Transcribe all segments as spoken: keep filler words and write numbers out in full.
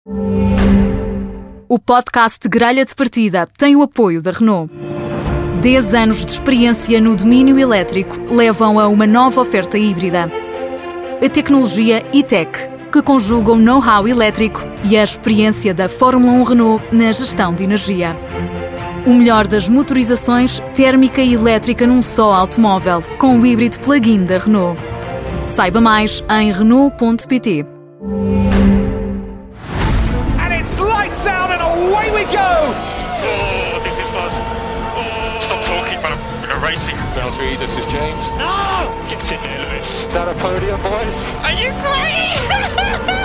O podcast Grelha de Partida tem o apoio da Renault. dez anos de experiência no domínio elétrico levam a uma nova oferta híbrida. A tecnologia E-Tech, que conjuga o know-how elétrico e a experiência da Fórmula um Renault na gestão de energia. O melhor das motorizações térmica e elétrica num só automóvel, com o híbrido plug-in da Renault. Saiba mais em Renault ponto pt. Lights out and away we go! Oh, this is fast. Oh. Stop talking, but I'm, I'm racing. Valtteri, this is James. No! Get in there, Lewis. Is that a podium, boys? Are you crazy?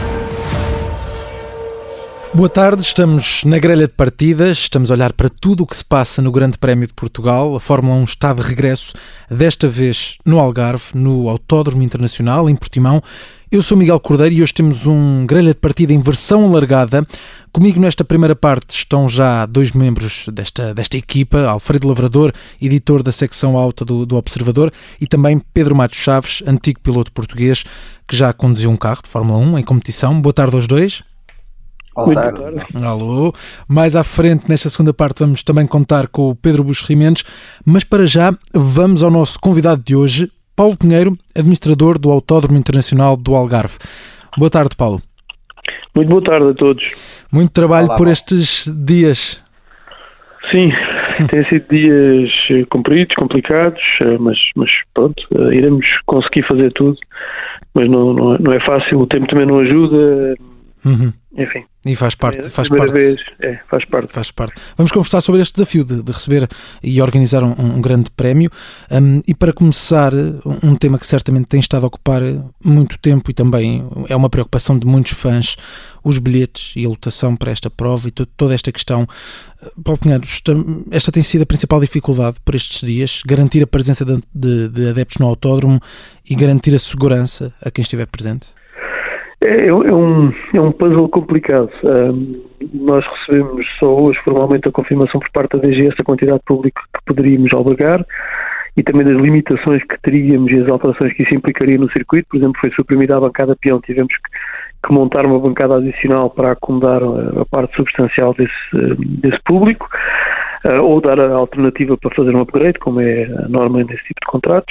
Boa tarde, estamos na grelha de partidas, estamos a olhar para tudo o que se passa no Grande Prémio de Portugal. A Fórmula um está de regresso, desta vez no Algarve, no Autódromo Internacional, em Portimão. Eu sou Miguel Cordeiro e hoje temos um grelha de partida em versão alargada. Comigo nesta primeira parte estão já dois membros desta, desta equipa, Alfredo Lavrador, editor da secção alta do, do Observador, e também Pedro Matos Chaves, antigo piloto português, que já conduziu um carro de Fórmula um em competição. Boa tarde aos dois. Boa tarde. Alô. Mais à frente, nesta segunda parte, vamos também contar com o Pedro Buxo Rimendes, mas para já vamos ao nosso convidado de hoje, Paulo Pinheiro, administrador do Autódromo Internacional do Algarve. Boa tarde, Paulo. Muito boa tarde a todos. Muito trabalho Olá, por Paulo. estes dias. Sim, têm sido dias compridos, complicados, mas, mas pronto, iremos conseguir fazer tudo, mas não, não, é, não é fácil, o tempo também não ajuda, Uhum. enfim. E faz parte. Faz primeira parte. vez, é, faz parte. Faz parte. Vamos conversar sobre este desafio de, de receber e organizar um, um grande prémio. Um, e para começar, um tema que certamente tem estado a ocupar muito tempo e também é uma preocupação de muitos fãs, os bilhetes e a lotação para esta prova e to- toda esta questão. Paulo Pinheiro, esta tem sido a principal dificuldade por estes dias, garantir a presença de, de, de adeptos no autódromo e garantir a segurança a quem estiver presente? É, é, um, é um puzzle complicado. Um, nós recebemos só hoje formalmente a confirmação por parte da D G S da quantidade de público que poderíamos albergar e também das limitações que teríamos e as alterações que isso implicaria no circuito. Por exemplo, foi suprimida a bancada peão, tivemos que, que montar uma bancada adicional para acomodar a, a parte substancial desse, desse público, uh, ou dar a alternativa para fazer um upgrade, como é a norma nesse tipo de contratos.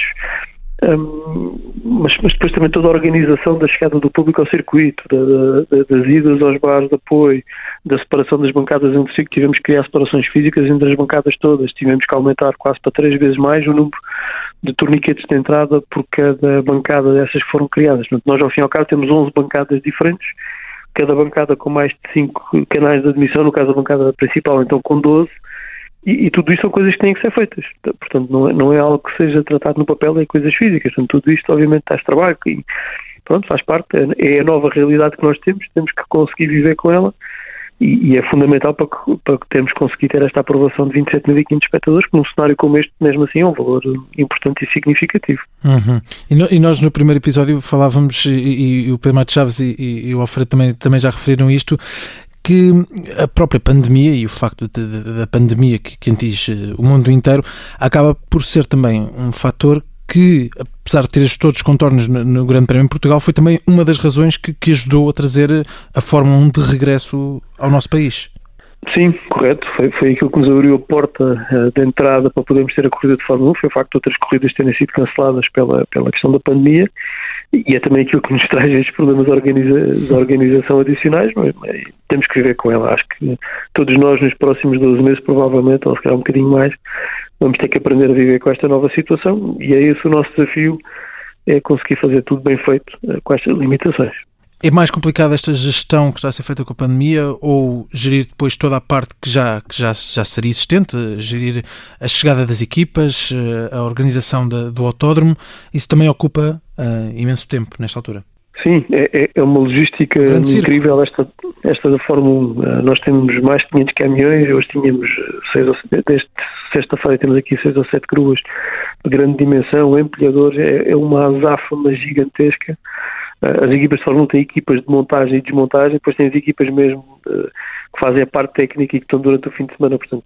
Um, mas, mas depois também toda a organização da chegada do público ao circuito, da, da, das idas aos bares de apoio, da separação das bancadas entre si, que tivemos que criar separações físicas entre as bancadas todas, tivemos que aumentar quase para três vezes mais o número de torniquetes de entrada por cada bancada dessas que foram criadas. Portanto, nós ao fim e ao cabo temos onze bancadas diferentes, cada bancada com mais de cinco canais de admissão, no caso a bancada principal então com doze. E, e tudo isto são coisas que têm que ser feitas. Portanto, não é, não é algo que seja tratado no papel, é coisas físicas. Portanto, tudo isto, obviamente, traz trabalho e, pronto, faz parte. É a nova realidade que nós temos, temos que conseguir viver com ela e, e é fundamental para que, para que termos conseguido ter esta aprovação de vinte e sete mil e quinhentos espectadores, que num cenário como este, mesmo assim, é um valor importante e significativo. Uhum. E, no, e nós, no primeiro episódio, falávamos, e, e, e o Pedro Matos Chaves e, e, e o Alfredo também, também já referiram isto, que a própria pandemia e o facto de, de, da pandemia que, que atinge o mundo inteiro acaba por ser também um fator que, apesar de ter todos os contornos no, no Grande Prémio de Portugal, foi também uma das razões que, que ajudou a trazer a Fórmula um de regresso ao nosso país. Sim, correto. Foi, foi aquilo que nos abriu a porta uh, de entrada para podermos ter a corrida de Fórmula um. Foi o facto de outras corridas terem sido canceladas pela, pela questão da pandemia. E é também aquilo que nos traz estes problemas de, organiza- de organização adicionais, mas, mas temos que viver com ela. Acho que todos nós nos próximos doze meses, provavelmente, ou se calhar um bocadinho mais, vamos ter que aprender a viver com esta nova situação e é esse o nosso desafio, é conseguir fazer tudo bem feito uh, com estas limitações. É mais complicado esta gestão que está a ser feita com a pandemia ou gerir depois toda a parte que já, que já, já seria existente, gerir a chegada das equipas, a organização da, do autódromo? Isso também ocupa uh, imenso tempo nesta altura. Sim, é, é uma logística incrível esta, esta da Fórmula um. Uh, nós temos mais de quinhentos caminhões, hoje tínhamos seis ou sete, desde sexta-feira temos aqui seis ou sete gruas de grande dimensão, empilhadores, é, é uma azáfama gigantesca. As equipas de Fórmula um têm equipas de montagem e desmontagem, depois têm as equipas mesmo uh, que fazem a parte técnica e que estão durante o fim de semana. Portanto,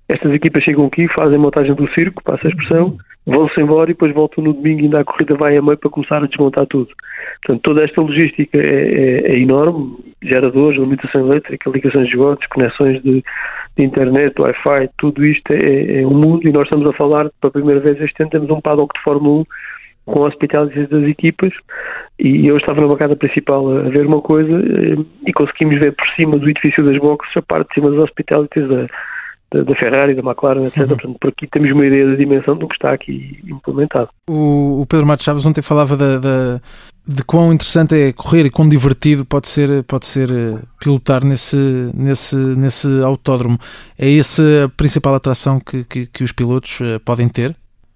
estas equipas chegam aqui, fazem a montagem do circo, passa a expressão, vão-se embora e depois voltam no domingo e ainda a corrida vai a meio para começar a desmontar tudo. Portanto, toda esta logística é, é, é enorme, geradores, limitação elétrica, ligações de esgotos, conexões de, de internet, Wi-Fi, tudo isto é, é um mundo, e nós estamos a falar, pela primeira vez este ano, temos um paddock de Fórmula um com hospitalidades das equipas, e eu estava na bancada principal a ver uma coisa e conseguimos ver por cima do edifício das boxes a parte de cima das hospitalidades da Da, da Ferrari, da McLaren, etcétera. Uhum. Portanto, por aqui temos uma ideia da dimensão do que está aqui implementado. O, o Pedro Matos Chaves ontem falava da, da, de quão interessante é correr e quão divertido pode ser, pode ser pilotar nesse, nesse, nesse autódromo. É essa a principal atração que, que, que os pilotos podem ter?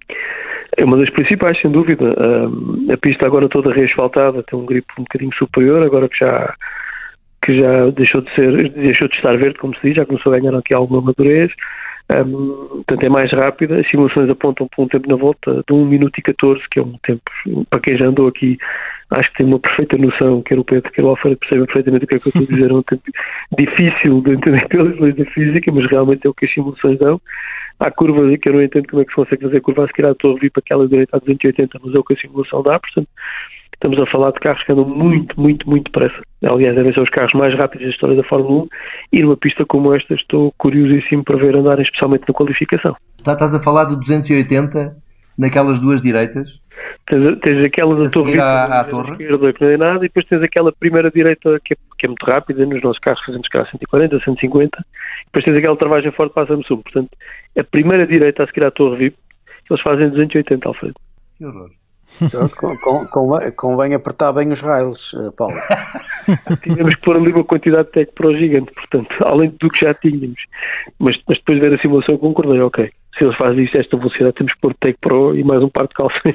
É uma das principais, sem dúvida. A, a pista agora toda reasfaltada tem um gripo um bocadinho superior, agora que já que já deixou de ser, deixou de estar verde, como se diz, já começou a ganhar aqui alguma madurez, um, portanto é mais rápida, as simulações apontam para um tempo na volta de um minuto e catorze, que é um tempo, para quem já andou aqui, acho que tem uma perfeita noção, quer o Pedro, quer o Alfredo percebem perfeitamente o que é que eu estou a dizer, é um tempo difícil de entender pelas leis da física, mas realmente é o que as simulações dão. Há curvas que eu não entendo como é que se consegue fazer curva a seguir à torre, vir para aquela direita a duzentos e oitenta, mas é o que a simulação dá, portanto estamos a falar de carros que andam muito, muito, muito depressa. Aliás, devem ser os carros mais rápidos da história da Fórmula um, e numa pista como esta estou curiosíssimo para ver andarem, especialmente na qualificação. Estás a falar do duzentos e oitenta naquelas duas direitas? Tens, tens aquela da torre, à, à torre esquerda que não é nada, e depois tens aquela primeira direita que é, que é muito rápida, nos nossos carros fazemos cá cento e quarenta, cento e cinquenta, e depois tens aquela travagem forte para a Samsung. Portanto, a primeira direita a seguir à torre V I P, eles fazem duzentos e oitenta, Alfredo. Que horror. Com, com, com, convém apertar bem os rails, Paulo. Tínhamos que pôr ali uma quantidade de Tech Pro gigante, portanto, além do que já tínhamos. Mas, mas depois de ver a simulação concordei, ok, se eles fazem isto a esta velocidade temos que pôr Tech Pro e mais um par de calções.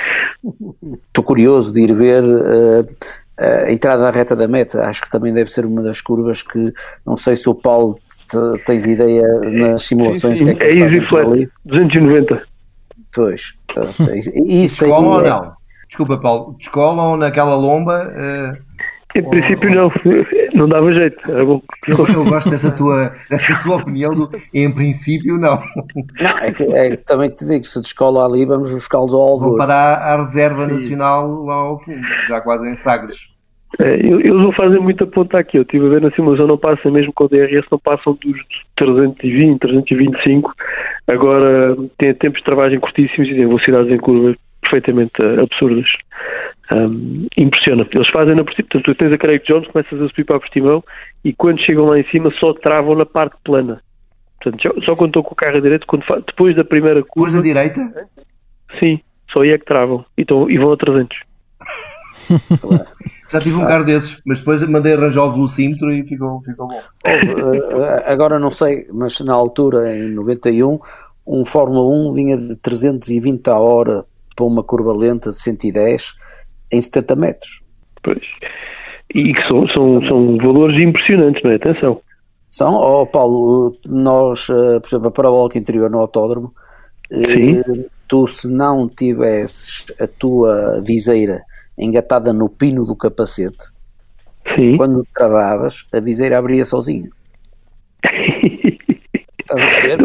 Estou curioso de ir ver uh, a entrada à reta da meta, acho que também deve ser uma das curvas que, não sei se o Paulo te, tens ideia nas simulações. Sim, sim. Que é, que é easy flat, duzentos e noventa. Pois, isso aí. Descolam ou é... não? Desculpa, Paulo, descolam naquela lomba? Uh... Em princípio não, não dava jeito, era bom. Eu, eu gosto dessa tua, dessa tua opinião do em princípio não. Não, é que, é, também te digo, se descola ali vamos buscá-los ao alvor. Vou parar à reserva nacional lá ao fundo, já quase em Sagres. É, eles não fazem muita ponta aqui, eu estive a ver na simulação, não passa mesmo com o D R S, não passam dos trezentos e vinte, trezentos e vinte e cinco, agora têm tempos de travagem curtíssimos e têm velocidades em curva perfeitamente absurdas. Um, impressiona. Eles fazem na portimão, portanto tu tens a Craig Jones, começas a subir para a portimão e quando chegam lá em cima só travam na parte plana. Portanto, só, só quando estão com o carro a direito, quando fa... depois da primeira curva... Depois da direita? Sim, só aí é que travam e, estão, e vão a trezentos. Já tive um carro desses, mas depois mandei arranjar o velocímetro e ficou, ficou bom. Agora não sei, mas na altura, em noventa e um, um Fórmula um vinha de trezentos e vinte a hora para uma curva lenta de cento e dez em setenta metros. Pois. E que são, são, são valores impressionantes, não é? Atenção. São, oh Paulo, nós, por exemplo, a parabólica interior no autódromo, eh, tu se não tivesses a tua viseira engatada no pino do capacete, sim, quando travavas, a viseira abria sozinha. Estás a ver?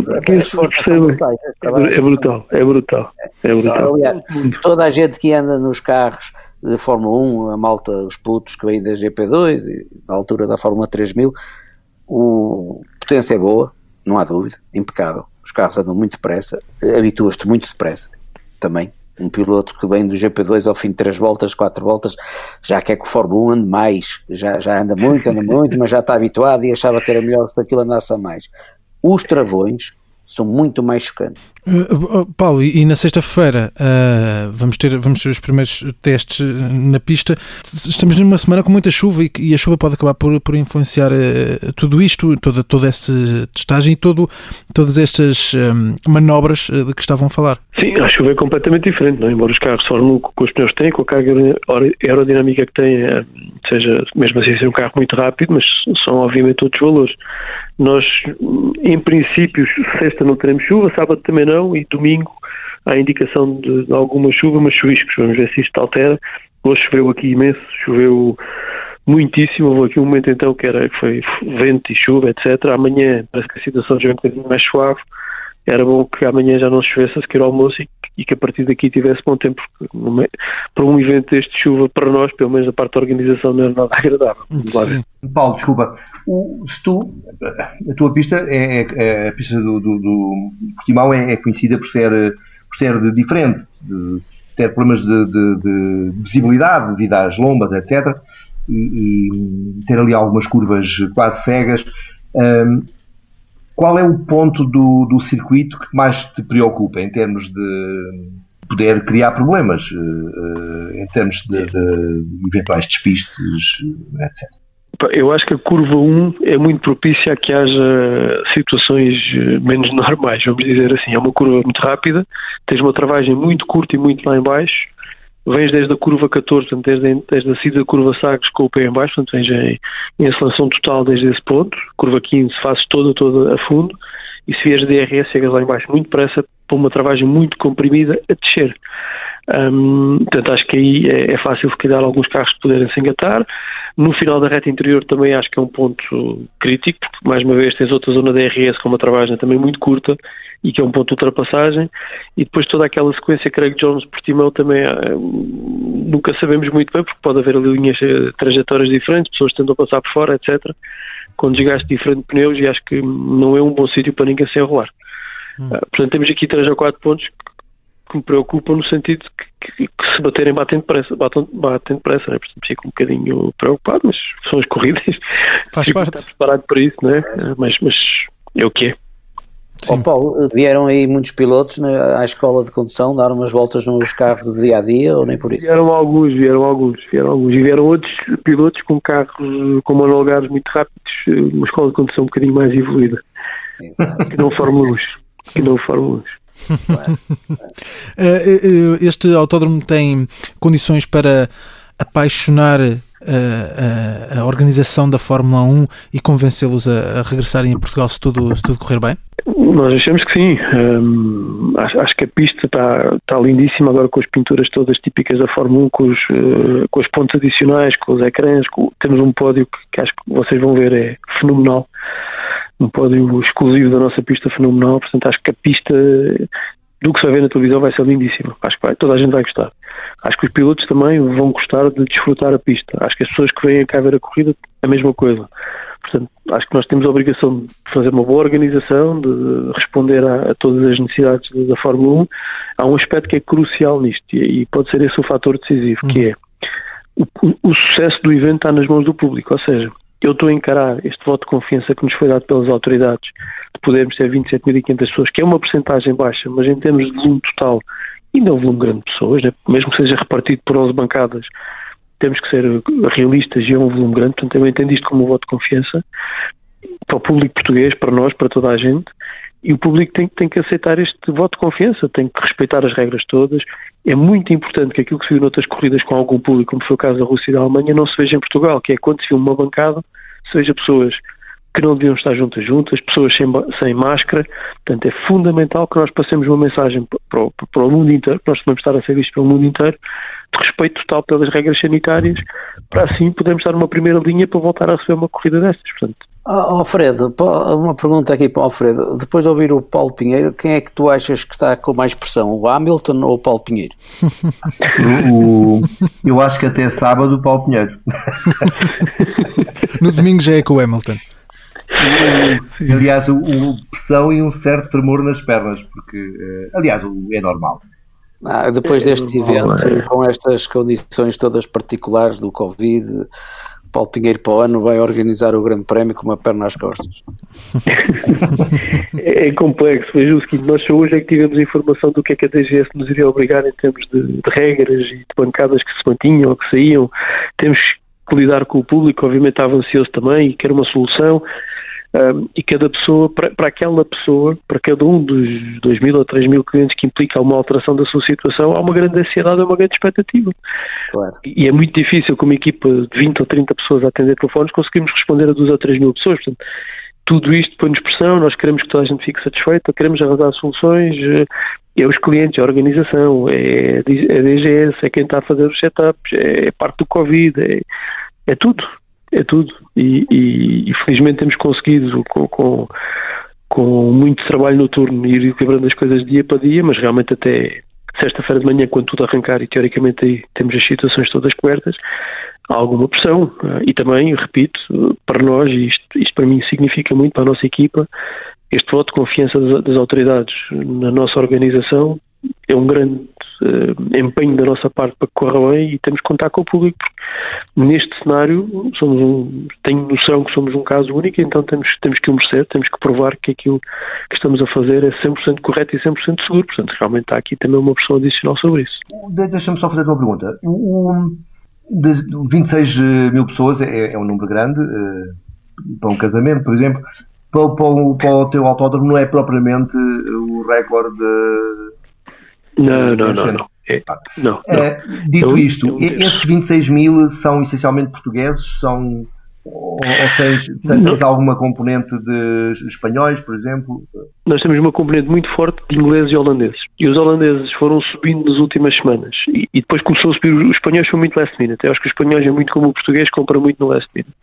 É brutal, é brutal, é brutal. Aliás, toda a gente que anda nos carros de Fórmula um, a malta, os putos que vêm da G P dois e da altura da Fórmula três mil, o a potência é boa, não há dúvida, impecável. Os carros andam muito depressa, habituas-te muito depressa também. Um piloto que vem do G P dois ao fim de três voltas, quatro voltas, já quer que o Fórmula um ande mais, já, já anda muito, anda muito, mas já está habituado e achava que era melhor que aquilo andasse a mais. Os travões são muito mais chocantes. Uh, uh, Paulo, e, e na sexta-feira uh, vamos, ter, vamos ter os primeiros testes na pista. Estamos numa semana com muita chuva e, e a chuva pode acabar por, por influenciar uh, tudo isto, toda, toda essa testagem e todo, todas estas um, manobras uh, de que estavam a falar. Sim, a chuva é completamente diferente, não? Embora os carros de Fórmula um com os pneus que têm, com a carga aerodinâmica que têm, uh, seja mesmo assim ser um carro muito rápido, mas são obviamente outros valores. Nós, em princípio, sexta não teremos chuva, sábado também não, e domingo há indicação de, de alguma chuva, mas chuviscos. Vamos ver se isto altera. Hoje choveu aqui imenso, choveu muitíssimo. Houve aqui um momento então que, era, que foi vento e chuva, etcétera. Amanhã parece que a situação já é um bocadinho mais suave. Era bom que amanhã já não chovesse a seguir ao almoço e, e que a partir daqui tivesse bom tempo, porque para um evento deste de chuva, para nós, pelo menos da parte da organização, não era nada agradável. Paulo, desculpa, o, se tu, a tua pista, é, é, a pista do, do, do Portimão é, é conhecida por ser, por ser diferente, de ter problemas de, de, de visibilidade devido às lombas, etcétera, e, e ter ali algumas curvas quase cegas. Um, Qual é o ponto do, do circuito que mais te preocupa em termos de poder criar problemas, em termos de, de eventuais despistes, etcétera? Eu acho que a curva um é muito propícia a que haja situações menos normais, vamos dizer assim. É uma curva muito rápida, tens uma travagem muito curta e muito lá em baixo, vens desde a curva catorze, portanto, desde, desde a saída da curva Sagres com o pé em baixo, portanto, vens em, em aceleração total desde esse ponto, curva quinze, fazes toda, toda a fundo, e se vieres de D R S, chegas lá em baixo muito depressa, para uma travagem muito comprimida, a descer. Um, portanto, acho que aí é, é fácil, se calhar, alguns carros poderem se engatar. No final da reta interior também acho que é um ponto crítico, porque, mais uma vez, tens outra zona de D R S com uma travagem também muito curta, e que é um ponto de ultrapassagem, e depois toda aquela sequência Craig Jones Portimão também uh, nunca sabemos muito bem, porque pode haver ali linhas, trajetórias diferentes, pessoas que tentam a passar por fora, etcétera, com desgaste diferente de pneus, e acho que não é um bom sítio para ninguém se enrolar. Hum. Uh, portanto, temos aqui três ou quatro pontos que, que me preocupam, no sentido que, que, que se baterem batem depressa, batem, batem depressa, né? Portanto, fico um bocadinho preocupado, mas são as corridas. Faz fico parte. preparado para isso, não é? Uh, mas, mas é o que é. Ó oh, Paulo, vieram aí muitos pilotos na, à escola de condução, dar umas voltas nos carros de dia a dia, ou nem por isso? Vieram alguns, vieram alguns, vieram alguns, e vieram outros pilotos com carros com monolugares muito rápidos, uma escola de condução um bocadinho mais evoluída, Exato. que não Fórmula um, que não Fórmula um. Este autódromo tem condições para apaixonar a, a, a organização da Fórmula um e convencê-los a, a regressarem a Portugal se tudo, se tudo correr bem? Nós achamos que sim. Um, acho, acho que a pista está, está lindíssima agora, com as pinturas todas típicas da Fórmula um, com os, uh, com os pontos adicionais, com os ecrãs. Com, temos um pódio que, que acho que vocês vão ver, é fenomenal. Um pódio exclusivo da nossa pista fenomenal. Portanto, acho que a pista, do que se vai ver na televisão, vai ser lindíssima. Acho que vai, toda a gente vai gostar. Acho que os pilotos também vão gostar de desfrutar a pista. Acho que as pessoas que vêm cá ver a corrida, a mesma coisa. Portanto, acho que nós temos a obrigação de fazer uma boa organização, de responder a, a todas as necessidades da Fórmula um. Há um aspecto que é crucial nisto, e, e pode ser esse o fator decisivo, uhum. que é o, o, o sucesso do evento está nas mãos do público. Ou seja, eu estou a encarar este voto de confiança que nos foi dado pelas autoridades, de podermos ter vinte e sete mil e quinhentas pessoas, que é uma percentagem baixa, mas em termos de volume total, ainda é um volume grande de pessoas, né? Mesmo que seja repartido por onze bancadas, temos que ser realistas, e é um volume grande. Portanto, eu entendo isto como um voto de confiança para o público português, para nós, para toda a gente, e o público tem, tem que aceitar este voto de confiança, tem que respeitar as regras todas. É muito importante que aquilo que se viu noutras corridas com algum público, como foi o caso da Rússia e da Alemanha, não se veja em Portugal, que é quando se viu uma bancada, se veja pessoas que não deviam estar juntas juntas, pessoas sem, sem máscara. Portanto, é fundamental que nós passemos uma mensagem para o, para o mundo inteiro, que nós devemos estar a ser vistos pelo mundo inteiro, de respeito total pelas regras sanitárias, para assim podermos estar numa primeira linha para voltar a receber uma corrida destas. Portanto, oh, Alfredo, uma pergunta aqui para o Alfredo. Depois de ouvir o Paulo Pinheiro, quem é que tu achas que está com mais pressão, o Hamilton ou o Paulo Pinheiro? o, o, eu acho que até sábado o Paulo Pinheiro. No domingo já é com o Hamilton. O, aliás, o, o pressão e um certo tremor nas pernas, porque, aliás, o, é normal. Ah, depois deste evento, com estas condições todas particulares do Covid, Paulo Pinheiro para o ano vai organizar o Grande Prémio com uma perna às costas. É complexo. Veja o seguinte, nós só hoje é que tivemos a informação do que é que a D G S nos iria obrigar em termos de, de regras e de bancadas que se mantinham ou que saíam. Temos que lidar com o público, obviamente estava ansioso também e quer uma solução. Um, e cada pessoa, para, para aquela pessoa, para cada um dos dois mil ou três mil clientes que implica uma alteração da sua situação, há uma grande ansiedade, há uma grande expectativa. Claro. E é muito difícil, com uma equipa de vinte ou trinta pessoas a atender telefones, conseguirmos responder a duas ou três mil pessoas. Portanto, tudo isto põe-nos pressão, nós queremos que toda a gente fique satisfeita, queremos arranjar soluções, é os clientes, é a organização, é a D G S, é quem está a fazer os setups, é parte do Covid, é... é tudo, é tudo. E, e, e felizmente temos conseguido, com, com, com muito trabalho noturno, ir quebrando as coisas dia para dia, mas realmente até sexta-feira de manhã, quando tudo arrancar e teoricamente aí temos as situações todas cobertas, há alguma pressão. E também, repito, para nós, e isto, isto para mim significa muito para a nossa equipa, este voto de confiança das, das autoridades na nossa organização é um grande uh, empenho da nossa parte para que corra bem, e temos que contar com o público, porque neste cenário somos um, tenho noção que somos um caso único, então temos, temos que o merecer, temos que provar que aquilo que estamos a fazer é cem por cento correto e cem por cento seguro. Portanto, realmente há aqui também uma pressão adicional sobre isso. Deixa-me só fazer uma pergunta. O, o, de vinte e seis mil pessoas é, é um número grande uh, para um casamento, por exemplo. Para, para, o, para o teu autódromo não é propriamente o recorde de... Não, não, não, não. É, não, não. É, dito eu, isto, eu esses vinte e seis mil são essencialmente portugueses? São, ou, ou tens, tens alguma componente de espanhóis, por exemplo? Nós temos uma componente muito forte de ingleses e holandeses. E os holandeses foram subindo nas últimas semanas. E, e depois começou a subir. Os espanhóis são muito last minute. Eu acho que os espanhóis é muito como o português, compra muito no last minute.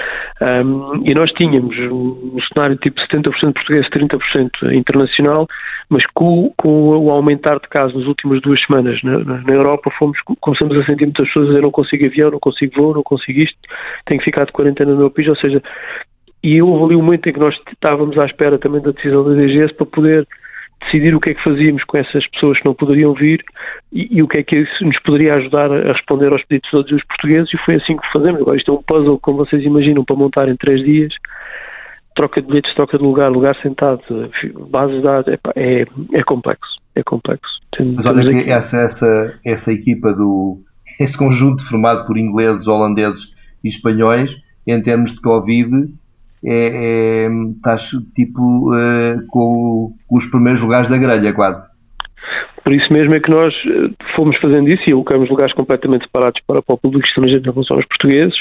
Um, e nós tínhamos um cenário tipo setenta por cento português, trinta por cento internacional, mas com, com o aumentar de casos nas últimas duas semanas na, na Europa, fomos, começamos a sentir muitas pessoas a dizer: não consigo avião, não consigo voo, não consigo isto, tenho que ficar de quarentena no meu país. Ou seja, e houve ali um momento em que nós estávamos à espera também da decisão da D G S para poder decidir o que é que fazíamos com essas pessoas que não poderiam vir e, e o que é que isso nos poderia ajudar a responder aos pedidos de todos os portugueses, e foi assim que fazemos. Agora isto é um puzzle, como vocês imaginam, para montar em três dias, troca de bilhetes, troca de lugar, lugar sentado, bases de dados, é, é, é complexo, é complexo. Mas olha que essa, essa, essa equipa, do, esse conjunto formado por ingleses, holandeses e espanhóis, em termos de Covid, É, é, estás tipo uh, com, com os primeiros lugares da grelha, quase. Por isso mesmo é que nós fomos fazendo isso e alocamos lugares completamente separados para, para o público estrangeiro em relação aos portugueses,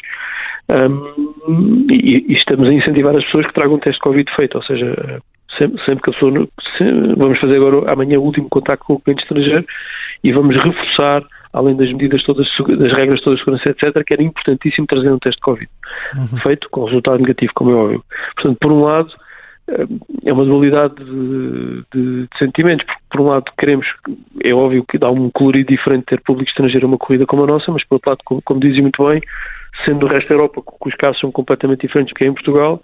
um, e, e estamos a incentivar as pessoas que tragam um teste de Covid feito, ou seja, sempre, sempre que a pessoa... Sempre, vamos fazer agora amanhã o último contacto com o cliente estrangeiro e vamos reforçar, além das medidas todas, das regras todas de segurança, etcétera, que era importantíssimo trazer um teste de Covid uhum. feito, com resultado negativo, como é óbvio. Portanto, por um lado, é uma dualidade de, de, de sentimentos, porque por um lado queremos, é óbvio que dá um colorido diferente ter público estrangeiro a uma corrida como a nossa, mas por outro lado, como, como dizem muito bem, sendo o resto da Europa, que os casos são completamente diferentes do que é em Portugal,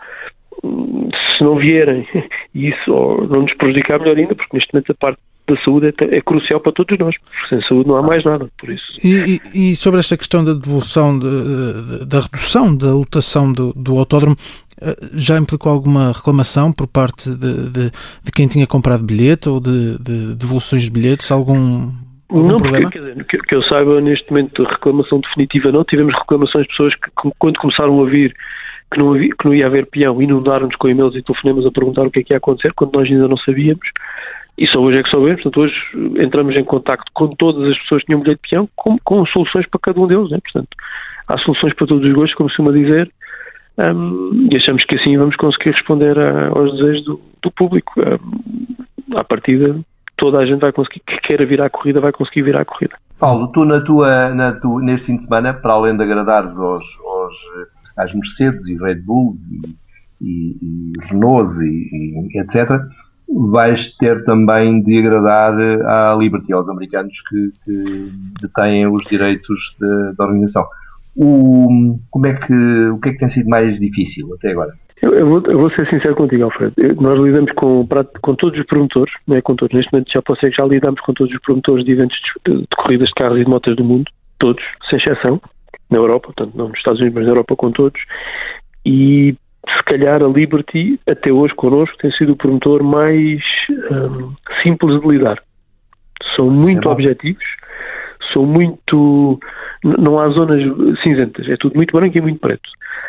se não vierem, e isso não nos prejudicar, melhor ainda, porque neste momento a parte da saúde é, é crucial para todos nós. Sem saúde não há mais nada, por isso. E, e, e sobre esta questão da devolução, de, de, da redução da lotação do, do autódromo, já implicou alguma reclamação por parte de, de, de quem tinha comprado bilhete ou de, de devoluções de bilhetes? Algum, algum não, problema? Porque, quer dizer, que, que eu saiba, neste momento, reclamação definitiva não. Tivemos reclamações de pessoas que, quando começaram a vir que não, havia, que não ia haver peão, inundaram-nos com e-mails e telefonemas a perguntar o que é que ia acontecer, quando nós ainda não sabíamos. E só hoje é que soubemos. Portanto, hoje entramos em contacto com todas as pessoas que tinham bilhete de peão, com, com soluções para cada um deles, né? Portanto, há soluções para todos os gostos, como se costuma dizer, um, e achamos que assim vamos conseguir responder a, aos desejos do, do público. Um, à partida, toda a gente vai conseguir, que queira vir à corrida, vai conseguir vir à corrida. Paulo, tu, na tua, na tua, neste fim de semana, para além de agradares aos, aos, às Mercedes e Red Bull e, e, e Renault e, e etcétera, vais ter também de agradar à Liberty, aos americanos que, que detêm os direitos de, da organização. O, como é que, o que é que tem sido mais difícil até agora? Eu, eu, vou, eu vou ser sincero contigo, Alfredo. Eu, nós lidamos com, com todos os promotores, não é com todos, neste momento já posso dizer que já lidamos com todos os promotores de eventos de, de, de corridas de carros e de motas do mundo, todos, sem exceção, na Europa, portanto não nos Estados Unidos, mas na Europa com todos, e se calhar a Liberty, até hoje connosco, tem sido o promotor mais um, simples de lidar. São muito é objetivos, são muito... não há zonas cinzentas, é tudo muito branco e muito preto.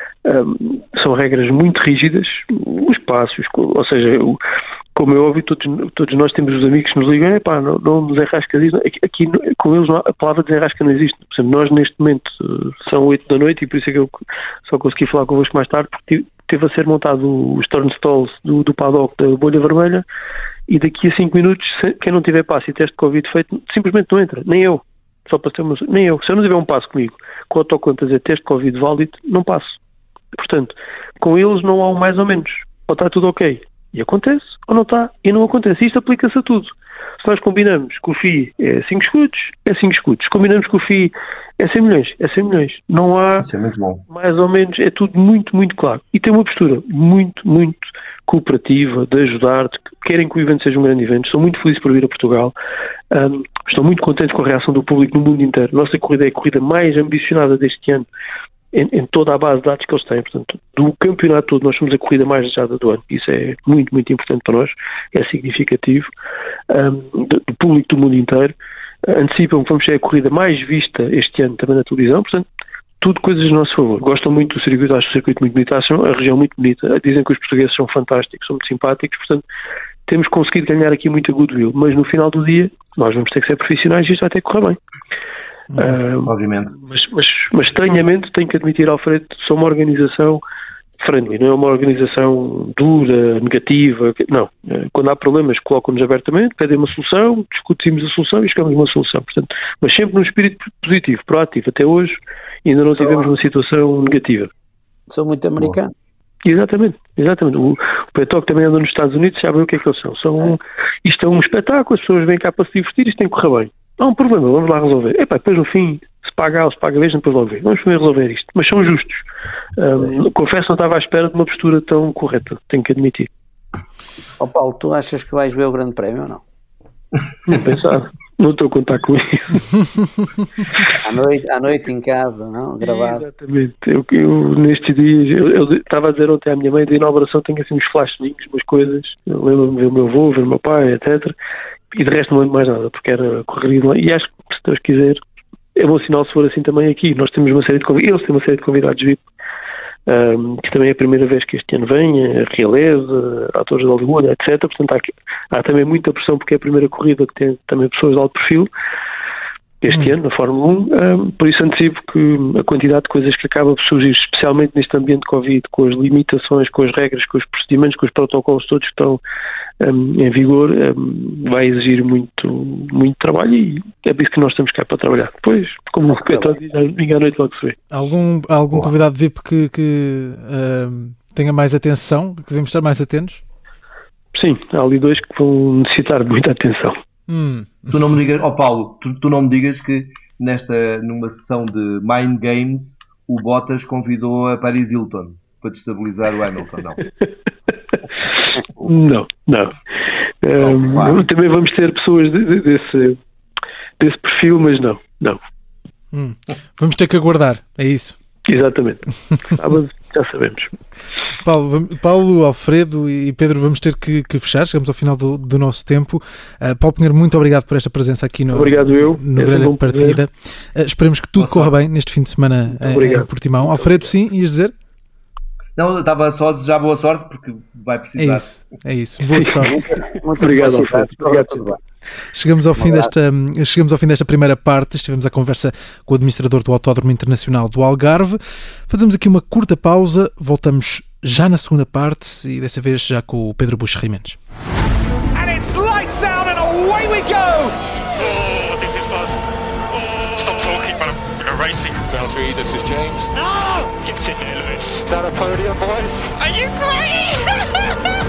Um, são regras muito rígidas, os passos, ou seja, como é óbvio, todos, todos nós temos os amigos que nos ligam, epá, não, não desenrasca disso. Aqui, aqui com eles não, a palavra desenrasca não existe. Por exemplo, nós neste momento são oito da noite e por isso é que eu só consegui falar convosco mais tarde, porque teve a ser montado os turnstalls do, do paddock da bolha vermelha e daqui a cinco minutos, quem não tiver passo e teste de Covid feito, simplesmente não entra, nem eu. Só para ter uma... nem eu. Se eu não tiver um passo comigo, que o autoconto a dizer teste Covid válido, não passo. Portanto, com eles não há um mais ou menos. Ou está tudo ok e acontece, ou não está e não acontece. Isto aplica-se a tudo. Se nós combinamos que o F I I é cinco escudos, é cinco escudos. Se combinamos que o F I I é cem milhões, é cem milhões. Não há, Isso é muito bom. mais ou menos, é tudo muito, muito claro. E tem uma postura muito, muito cooperativa, de ajudar, de que querem que o evento seja um grande evento. Estou muito feliz por vir a Portugal. Um, estou muito contente com a reação do público no mundo inteiro. Nossa corrida é a corrida mais ambicionada deste ano. Em, em toda a base de dados que eles têm. Portanto, do campeonato todo, nós somos a corrida mais desejada do ano. Isso é muito, muito importante para nós. É significativo. Um, do, do público do mundo inteiro. Uh, antecipam que vamos ser a corrida mais vista este ano também na televisão. Portanto, tudo coisas a nosso favor. Gostam muito do circuito, acho o circuito muito bonito, acham a região muito bonita. Dizem que os portugueses são fantásticos, são muito simpáticos. Portanto, temos conseguido ganhar aqui muita goodwill. Mas no final do dia, nós vamos ter que ser profissionais e isto vai ter que correr bem. Uh, Obviamente. Mas, mas, mas estranhamente tenho que admitir, Alfredo, sou uma organização friendly, não é uma organização dura, negativa, não. Quando há problemas colocam-nos abertamente, pedem uma solução, discutimos a solução e chegamos a uma solução. Portanto, mas sempre num espírito positivo, proativo. Até hoje ainda não tivemos uma situação negativa. Sou muito americano. Exatamente, exatamente. O, o Petoc também anda nos Estados Unidos, sabem o que é que eles são. são isto é um espetáculo, as pessoas vêm cá para se divertir, isto tem que correr bem. Não há um problema, vamos lá resolver. Epá, depois no fim, se paga A ou se paga B, depois logo ver. Vamos primeiro resolver isto. Mas são justos. Um, confesso, não estava à espera de uma postura tão correta, tenho que admitir. Ó Paulo, tu achas que vais ver o Grande Prémio ou não? Não pensava. Não estou a contar com isso. À noite, à noite em casa, não? Gravado. Exatamente. Eu, eu nestes dias, eu, eu estava a dizer ontem à minha mãe, da inauguração tenho assim uns flashinhos, umas coisas. Eu lembro-me de ver o meu avô, ver o meu pai, etcétera. E de resto não lembro mais nada, porque era correria lá. E acho que, se Deus quiser, é bom sinal se for assim também aqui. Nós temos uma série de convidados, eles têm uma série de convidados V I P, um, que também é a primeira vez que este ano vem, a realeza, atores de Hollywood, etcétera. Portanto, há, aqui, há também muita pressão, porque é a primeira corrida que tem também pessoas de alto perfil, este hum. ano, na Fórmula um. Um, por isso antecipo que a quantidade de coisas que acaba por surgir, especialmente neste ambiente de Covid, com as limitações, com as regras, com os procedimentos, com os protocolos todos que estão um, em vigor, um, vai exigir muito, muito trabalho e é por isso que nós estamos cá para trabalhar. Depois, como o Pedro diz, ninguém à noite logo se vê. Algum, algum convidado V I P que, que uh, tenha mais atenção, que devemos estar mais atentos? Sim, há ali dois que vão necessitar de muita atenção. Hum. Tu não me digas, oh Paulo, tu, tu não me digas que nesta, numa sessão de Mind Games, o Bottas convidou a Paris Hilton para destabilizar o Hamilton, não? Não, não. Um, claro. Também vamos ter pessoas de, de, desse, desse perfil, mas não, não. Hum. Vamos ter que aguardar, é isso? Exatamente. Sábado já sabemos. Paulo, Paulo, Alfredo e Pedro, vamos ter que, que fechar, chegamos ao final do, do nosso tempo. Uh, Paulo Pinheiro, muito obrigado por esta presença aqui no, obrigado eu. no é Grelha de Partida. Uh, esperemos que tudo corra bem neste fim de semana em Portimão. Muito Alfredo, obrigado. Sim, ias dizer? Não, eu estava só a desejar boa sorte porque vai precisar. É isso, é isso. Boa sorte. Muito obrigado, Alfredo. Obrigado, tudo bem. Chegamos ao, fim desta, chegamos ao fim desta primeira parte. Estivemos à conversa com o administrador do Autódromo Internacional do Algarve. Fazemos aqui uma curta pausa. Voltamos já na segunda parte e dessa vez já com o Pedro Buxeri Mendes. And it's lights out and away we go! Oh, this is fast. Oh, stop talking, but I'm, I'm racing. Valtteri, this is James. No! Get in there, Lewis. Is that a podium, boys? Are you crazy?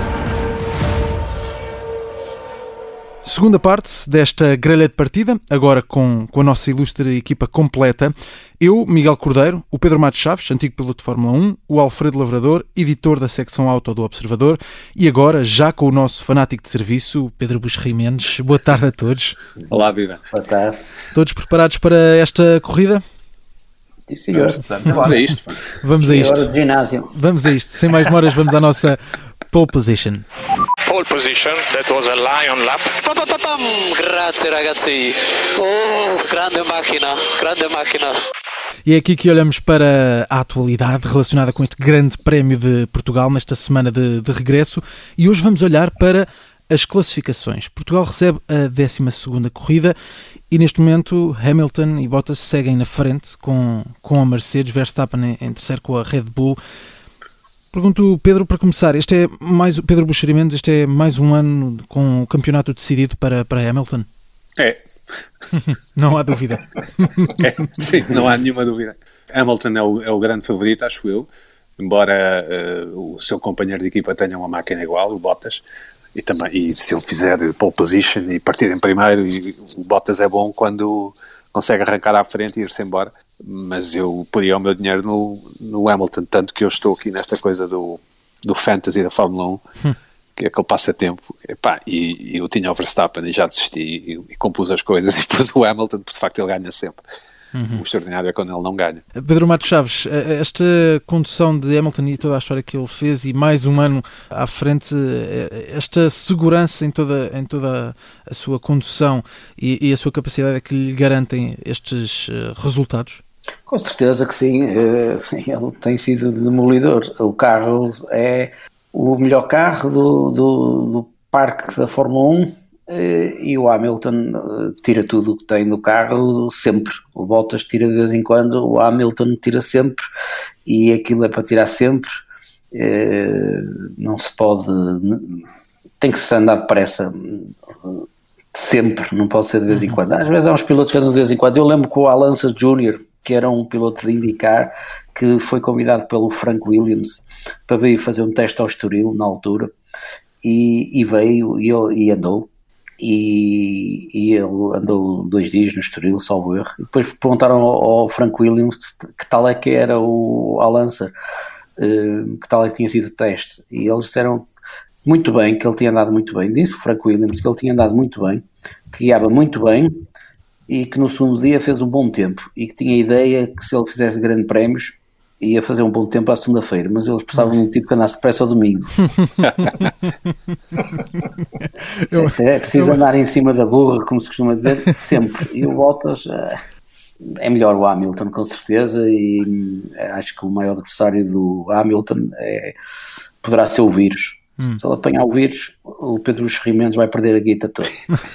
Segunda parte desta grelha de partida, agora com, com a nossa ilustre equipa completa. Eu, Miguel Cordeiro, o Pedro Matos Chaves, antigo piloto de Fórmula um, o Alfredo Lavrador, editor da secção auto do Observador, e agora, já com o nosso fanático de serviço, o Pedro Buxeri Mendes. Boa tarde a todos. Olá, viva. Boa tarde. Todos preparados para esta corrida? Sim, senhor. Vamos a isto. Vamos a isto. Do ginásio. Vamos a isto. Sem mais demoras, vamos à nossa pole position. Pole position, that was a lion lap. Grazie ragazzi. Oh, grande máquina, grande máquina. E é aqui que olhamos para a atualidade relacionada com este grande prémio de Portugal nesta semana de, de regresso, e hoje vamos olhar para as classificações. Portugal recebe a décima segunda corrida e neste momento Hamilton e Bottas seguem na frente com, com a Mercedes, Verstappen em, em terceiro com a Red Bull. Pergunto, Pedro, para começar, este é mais, Pedro Buxeri Mendes, este é mais um ano com o campeonato decidido para, para Hamilton? É. Não há dúvida. É, sim, não há nenhuma dúvida. Hamilton é o, é o grande favorito, acho eu, embora uh, o seu companheiro de equipa tenha uma máquina igual, o Bottas, e, também, e se ele fizer pole position e partir em primeiro, e o Bottas é bom quando consegue arrancar à frente e ir-se embora, mas eu poria o meu dinheiro no, no Hamilton, tanto que eu estou aqui nesta coisa do, do fantasy da Fórmula um, hum. que é aquele passatempo, epá, e, e eu tinha o Verstappen e já desisti e, e compus as coisas e pus o Hamilton, porque de facto ele ganha sempre. Uhum. O extraordinário é quando ele não ganha. Pedro Matos Chaves, esta condução de Hamilton e toda a história que ele fez e mais um ano à frente, esta segurança em toda, em toda a sua condução e, e a sua capacidade é que lhe garantem estes resultados? Com certeza que sim, ele tem sido demolidor. O carro é o melhor carro do, do, do parque da Fórmula um. E o Hamilton tira tudo o que tem no carro sempre. O Bottas tira de vez em quando, o Hamilton tira sempre, e aquilo é para tirar sempre. Não se pode, tem que se andar depressa sempre, não pode ser de vez em quando. Às vezes há uns pilotos que andam de vez em quando. Eu lembro que o Alonso Júnior, que era um piloto de IndyCar, que foi convidado pelo Frank Williams para vir fazer um teste ao Estoril na altura, e, e veio e, e andou. E, e ele andou dois dias no Estoril, salvo erro. E depois perguntaram ao, ao Frank Williams que tal é que era o Alonso, uh, que tal é que tinha sido o teste, e eles disseram muito bem, que ele tinha andado muito bem. Disse o Frank Williams que ele tinha andado muito bem, que guiava muito bem, e que no segundo dia fez um bom tempo, e que tinha a ideia que se ele fizesse grandes prémios ia fazer um bom tempo à segunda-feira, mas eles precisavam de um tipo que andasse depressa ao domingo. eu, se é preciso eu... andar em cima da burra, como se costuma dizer, sempre. E o Bottas é melhor o Hamilton, com certeza, e acho que o maior adversário do Hamilton é, poderá ser o vírus. Hum. Se ele apanhar o vírus, o Pedro dos Rimentos vai perder a guita toda.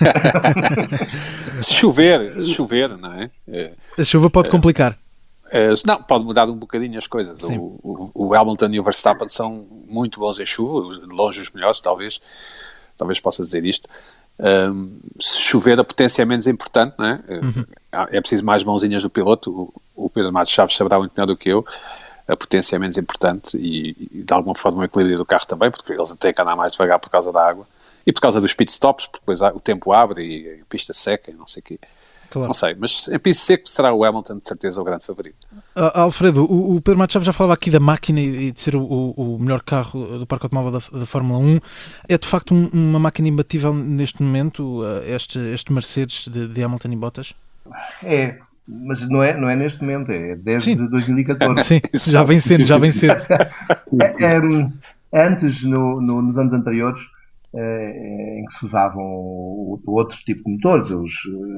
Se chover, se chover, não é? A chuva pode complicar. Uh, não, pode mudar um bocadinho as coisas. O, o, o Hamilton e o Verstappen são muito bons em chuva, de longe os melhores, talvez talvez possa dizer isto. Um, se chover, a potência é menos importante, não é? Uhum. É preciso mais mãozinhas do piloto. O, o Pedro Matos Chaves saberá muito melhor do que eu. A potência é menos importante e, e de alguma forma o equilíbrio do carro também, porque eles têm que andar mais devagar por causa da água e por causa dos pit stops, porque depois o tempo abre e a pista seca e não sei o quê. Claro. Não sei, mas em piso seco será o Hamilton de certeza o grande favorito. Uh, Alfredo, o, o Pedro Matos Chaves já falava aqui da máquina e de ser o, o melhor carro do parque automóvel da, da Fórmula um. É de facto um, uma máquina imbatível neste momento, uh, este, este Mercedes de, de Hamilton e Bottas? É, mas não é, não é neste momento, é desde Sim. dois mil e catorze. Sim, já vem sendo, já vem sendo. é, é, antes, no, no, nos anos anteriores, em que se usavam outro tipo de motores, os,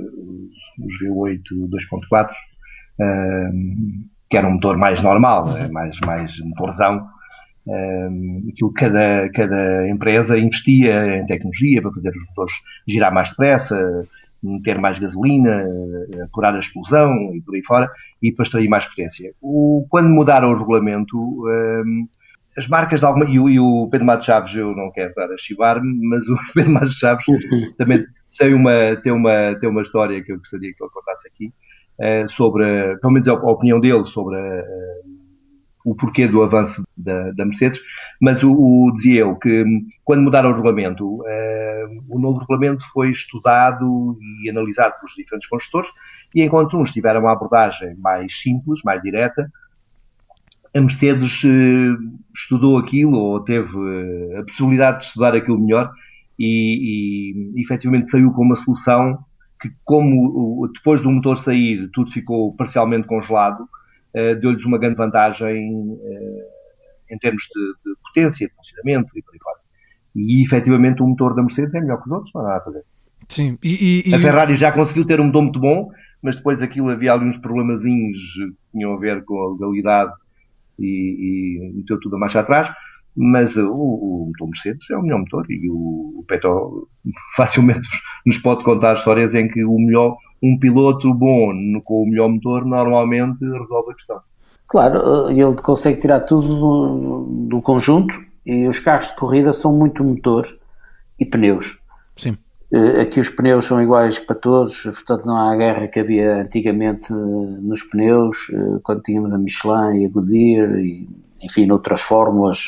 os V oito dois ponto quatro, que era um motor mais normal, uhum. mais, mais motorzão. Aquilo, cada, cada empresa investia em tecnologia para fazer os motores girar mais depressa, ter mais gasolina, curar a explosão e por aí fora, e para extrair mais potência. O, quando mudaram o regulamento, as marcas de alguma... E o, e o Pedro Matos Chaves, eu não quero estar a chivar-me, mas o Pedro Matos Chaves também tem uma, tem, uma, tem uma história que eu gostaria que ele contasse aqui, uh, sobre, pelo menos a, a opinião dele sobre uh, o porquê do avanço da, da Mercedes, mas o, o dizia eu que quando mudaram o regulamento, uh, o novo regulamento foi estudado e analisado pelos diferentes construtores, e enquanto uns tiveram uma abordagem mais simples, mais direta, a Mercedes uh, estudou aquilo, ou teve uh, a possibilidade de estudar aquilo melhor e, e efetivamente saiu com uma solução que, como uh, depois do motor sair tudo ficou parcialmente congelado, uh, deu-lhes uma grande vantagem uh, em termos de, de potência, de funcionamento e por aí fora. E efetivamente o motor da Mercedes é melhor que os outros, não há nada a fazer. Sim, e, e, a Ferrari já conseguiu ter um motor muito bom, mas depois aquilo havia ali uns problemazinhos que tinham a ver com a legalidade e, e meteu tudo a marcha atrás, mas uh, o, o motor Mercedes é o melhor motor e o, o Peto facilmente nos pode contar histórias em que o melhor, um piloto bom no, com o melhor motor normalmente resolve a questão. Claro, ele consegue tirar tudo do, do conjunto, e os carros de corrida são muito motor e pneus. Sim. Aqui os pneus são iguais para todos, portanto não há a guerra que havia antigamente nos pneus, quando tínhamos a Michelin e a Goodyear, e, enfim, noutras fórmulas.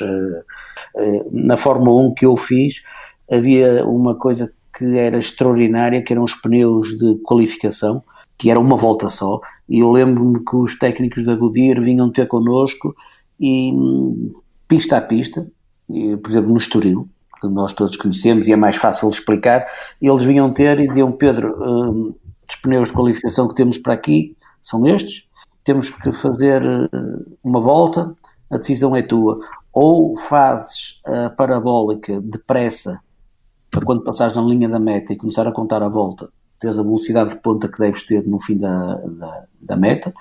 Na Fórmula um que eu fiz, havia uma coisa que era extraordinária, que eram os pneus de qualificação, que era uma volta só, e eu lembro-me que os técnicos da Goodyear vinham ter connosco, e pista a pista, e, por exemplo no Estoril, que nós todos conhecemos e é mais fácil de explicar, e eles vinham ter e diziam: Pedro, uh, os pneus de qualificação que temos para aqui são estes, temos que fazer uh, uma volta, a decisão é tua, ou fazes a parabólica depressa, para quando passares na linha da meta e começar a contar a volta, teres a velocidade de ponta que deves ter no fim da, da, da meta,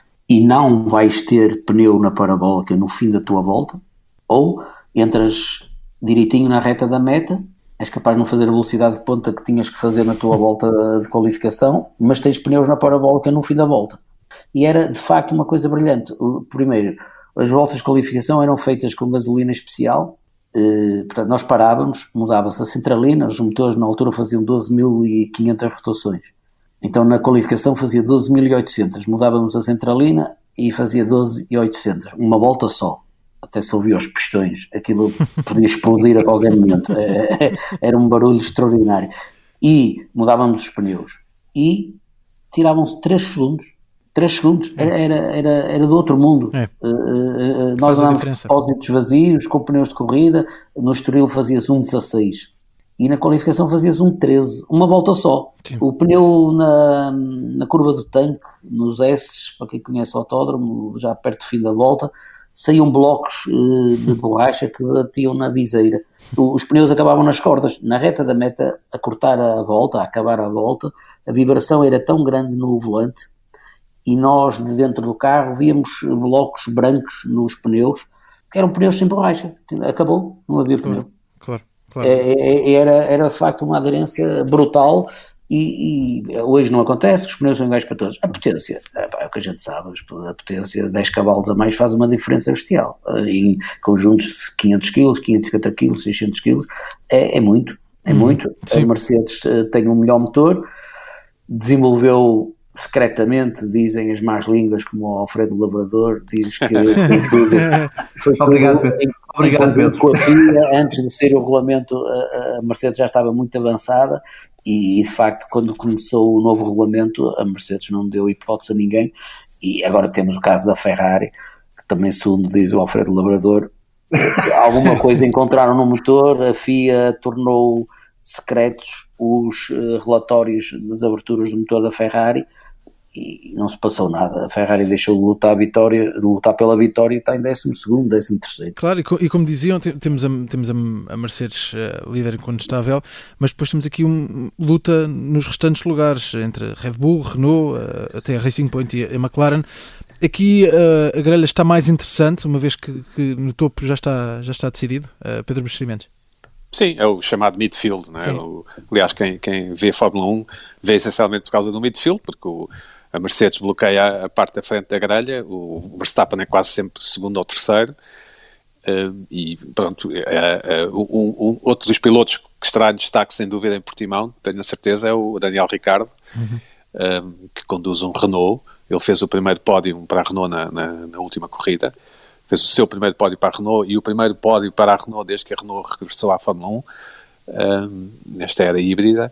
e não vais ter pneu na parabólica no fim da tua volta, ou entras direitinho na reta da meta, és capaz de não fazer a velocidade de ponta que tinhas que fazer na tua volta de qualificação, mas tens pneus na parabólica no fim da volta. E era de facto uma coisa brilhante. O, primeiro, as voltas de qualificação eram feitas com gasolina especial, eh, portanto nós parávamos, mudava-se a centralina, os motores na altura faziam doze mil e quinhentas rotações, então na qualificação fazia doze mil e oitocentas, mudávamos a centralina e fazia doze mil e oitocentas, uma volta só. Até se ouvia os pistões, aquilo podia explodir a qualquer momento, era um barulho extraordinário. E mudávamos os pneus e tiravam-se três segundos, três segundos, era, era, era, era do outro mundo. É. Uh, uh, nós andávamos com depósitos vazios, com pneus de corrida, no Estoril fazia-se um dezasseis e na qualificação fazia-se um treze, uma volta só. Sim. O pneu na, na curva do tanque, nos S, para quem conhece o autódromo, já perto do fim da volta, saíam blocos uh, de borracha que batiam na viseira. Os pneus acabavam nas cordas. Na reta da meta, a cortar a volta, a acabar a volta, a vibração era tão grande no volante e nós, de dentro do carro, víamos blocos brancos nos pneus, que eram pneus sem borracha. Acabou, não havia claro, pneu. Claro, claro. É, era, era de facto uma aderência brutal. E, e hoje não acontece, os pneus são iguais para todos. A potência, é, pá, é o que a gente sabe, a potência, dez cavalos a mais faz uma diferença bestial. Em conjuntos de quinhentos quilos, quinhentos e cinquenta quilos, seiscentos quilos, é, é muito, é hum, muito. Sim. A Mercedes uh, tem um melhor motor, desenvolveu secretamente, dizem as más línguas, como o Alfredo Labrador, diz que foi tudo, foi obrigado, Pedro. Em, obrigado, Pedro. Com a F I A, antes de ser o regulamento, a, a Mercedes já estava muito avançada. E, de facto, quando começou o novo regulamento, a Mercedes não deu hipótese a ninguém, e agora temos o caso da Ferrari, que também, segundo diz o Alfredo Labrador, alguma coisa encontraram no motor, a F I A tornou secretos os uh, relatórios das aberturas do motor da Ferrari, e não se passou nada. A Ferrari deixou de lutar, a vitória, de lutar pela vitória e está em décimo segundo, décimo terceiro. Claro, e, co- e como diziam, temos a, temos a Mercedes uh, líder incontestável, mas depois temos aqui uma luta nos restantes lugares, entre Red Bull, Renault, uh, até a Racing Point e a, a McLaren. Aqui uh, a grelha está mais interessante, uma vez que, que no topo já está, já está decidido. Uh, Pedro Buxerimentos. Sim, é o chamado midfield, não é? O, aliás, quem, quem vê a Fórmula um vê essencialmente por causa do midfield, porque o a Mercedes bloqueia a parte da frente da grelha, o Verstappen é quase sempre segundo ou terceiro, uh, e pronto, uh, uh, um, um, outro dos pilotos que estará em destaque sem dúvida em Portimão, tenho a certeza, é o Daniel Ricciardo, uhum. uh, que conduz um Renault. Ele fez o primeiro pódio para a Renault na, na, na última corrida, fez o seu primeiro pódio para a Renault e o primeiro pódio para a Renault desde que a Renault regressou à Fórmula um, uh, nesta era híbrida.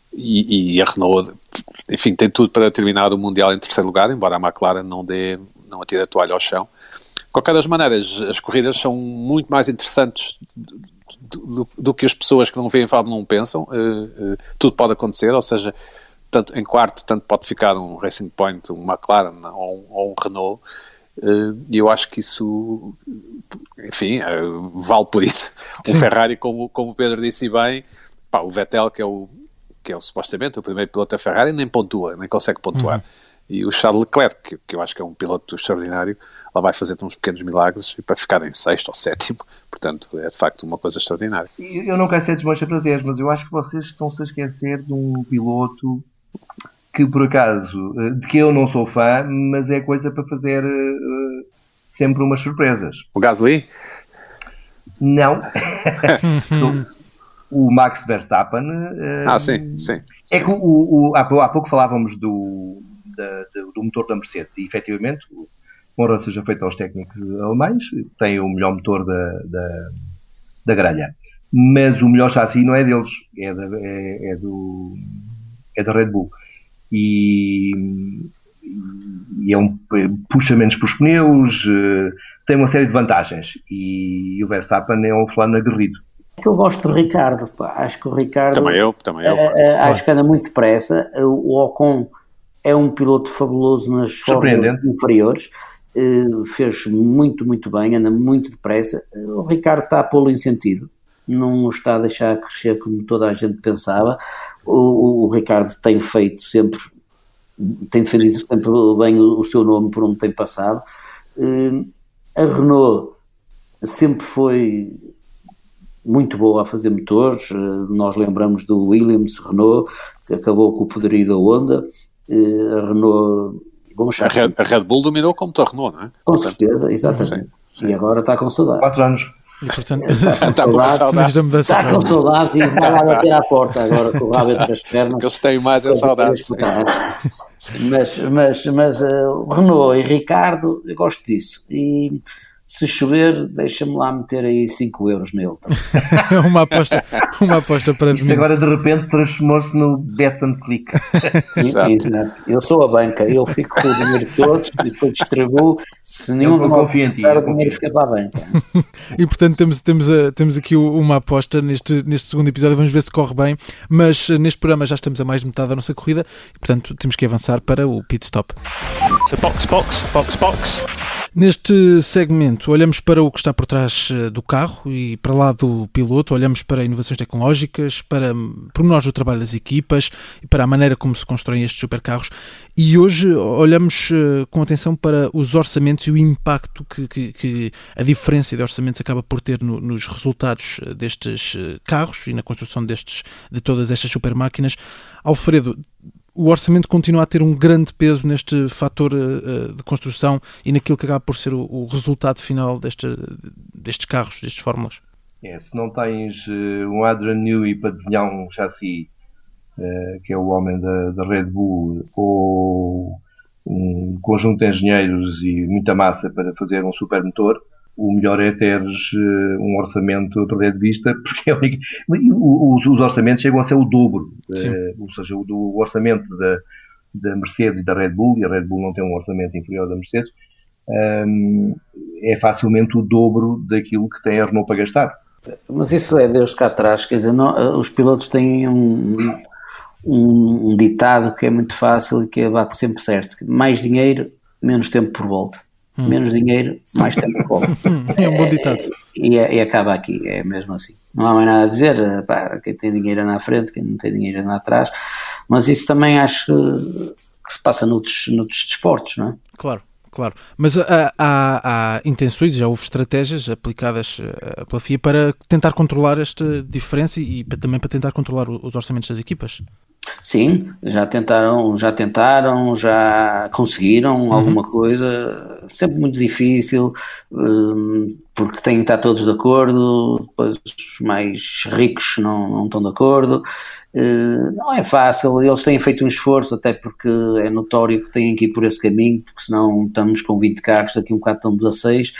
E, e a Renault, enfim, tem tudo para terminar o Mundial em terceiro lugar, embora a McLaren não dê, não atire a toalha ao chão. De qualquer das maneiras, as corridas são muito mais interessantes do, do, do que as pessoas que não veem Fórmula um pensam. Uh, uh, tudo pode acontecer, ou seja, tanto, em quarto tanto pode ficar um Racing Point, um McLaren ou um, ou um Renault, uh, e eu acho que isso, enfim, uh, vale por isso. Um Ferrari, como, como o Pedro disse bem, pá, o Vettel, que é o que é o, supostamente o primeiro piloto da Ferrari, nem pontua, nem consegue pontuar. Uhum. E o Charles Leclerc, que, que eu acho que é um piloto extraordinário, lá vai fazer uns pequenos milagres e para ficar em sexto ou sétimo, portanto é de facto uma coisa extraordinária. Eu não quero ser desmancha prazeres, mas eu acho que vocês estão-se a esquecer de um piloto que por acaso, de que eu não sou fã, mas é coisa para fazer uh, sempre umas surpresas. O Gasly? Não. o Max Verstappen. Ah, sim, sim. É sim. que o, o, há, há pouco falávamos do, da, do motor da Mercedes e, efetivamente, honra seja feita aos técnicos alemães, tem o melhor motor da, da, da grelha. Mas o melhor chassi não é deles, é da, é, é do, é da Red Bull. E, e é um, puxa menos para os pneus, tem uma série de vantagens. E, e o Verstappen é um fulano aguerrido. Que eu gosto do Ricardo, pá. Acho que o Ricardo também eu, também eu, é, é, acho que anda muito depressa. O Ocon é um piloto fabuloso nas formas inferiores, uh, fez muito, muito bem, anda muito depressa. O Ricardo está a pô-lo em sentido, não está a deixar crescer como toda a gente pensava. O, o Ricardo tem feito sempre, tem defendido sempre bem o, o seu nome por onde tem passado. Uh, a Renault sempre foi muito boa a fazer motores, nós lembramos do Williams, Renault, que acabou com o poderio da Honda, a Renault... Vamos a, Red, a Red Bull dominou como motor Renault, não é? Com portanto, certeza, exatamente. Sim, sim. E agora está com saudades. Quatro anos. E, portanto, está com saudades, está com saudades e vai lá bater à porta agora com o rabo entre as pernas. Que eles têm mais é saudades. Mas, mas, mas uh, Renault e Ricardo, eu gosto disso. E... se chover, deixa-me lá meter aí cinco euros nele. uma, aposta, uma aposta para Isto agora de repente transformou-se no bet and click. Exato. Eu sou a banca, eu fico com o dinheiro todo e depois distribuo. Se nenhum de nós ficar, o dinheiro fica para a banca. E portanto temos, temos, a, temos aqui uma aposta neste, neste segundo episódio, vamos ver se corre bem, mas neste programa já estamos a mais de metade da nossa corrida e portanto temos que avançar para o pit stop. So box, box, box, box. Neste segmento olhamos para o que está por trás do carro e para lá do piloto, olhamos para inovações tecnológicas, para pormenores do trabalho das equipas e para a maneira como se constroem estes supercarros e hoje olhamos com atenção para os orçamentos e o impacto que, que, que a diferença de orçamentos acaba por ter no, nos resultados destes carros e na construção destes, de todas estas supermáquinas. Alfredo, o orçamento continua a ter um grande peso neste fator uh, de construção e naquilo que acaba por ser o, o resultado final deste, destes carros, destes fórmulas. É, se não tens uh, um Adrian Newey para desenhar um chassi, uh, que é o homem da, da Red Bull, ou um conjunto de engenheiros e muita massa para fazer um supermotor, o melhor é teres uh, um orçamento a perder de vista, porque é único... os, os orçamentos chegam a ser o dobro, uh, ou seja, o, o orçamento da, da Mercedes e da Red Bull, e a Red Bull não tem um orçamento inferior da Mercedes, um, é facilmente o dobro daquilo que tem a Renault para gastar. Mas isso é Deus cá atrás, quer dizer, não, os pilotos têm um, um, um ditado que é muito fácil e que bate sempre certo: mais dinheiro, menos tempo por volta. Hum. Menos dinheiro, mais tempo por volta. É um bom ditado. E, e, e acaba aqui, é mesmo assim. Não há mais nada a dizer, pá, quem tem dinheiro anda à frente, quem não tem dinheiro anda atrás, mas isso também acho que, que se passa noutros, noutros desportos, não é? Claro. Claro, mas há, há, há intenções, já houve estratégias aplicadas pela F I A para tentar controlar esta diferença e também para tentar controlar os orçamentos das equipas? Sim, já tentaram, já tentaram, já conseguiram uhum. alguma coisa, sempre muito difícil, porque têm que estar todos de acordo, depois os mais ricos não, não estão de acordo. Uh, não é fácil, eles têm feito um esforço, até porque é notório que têm que ir por esse caminho, porque senão estamos com vinte carros, daqui um bocado estão dezasseis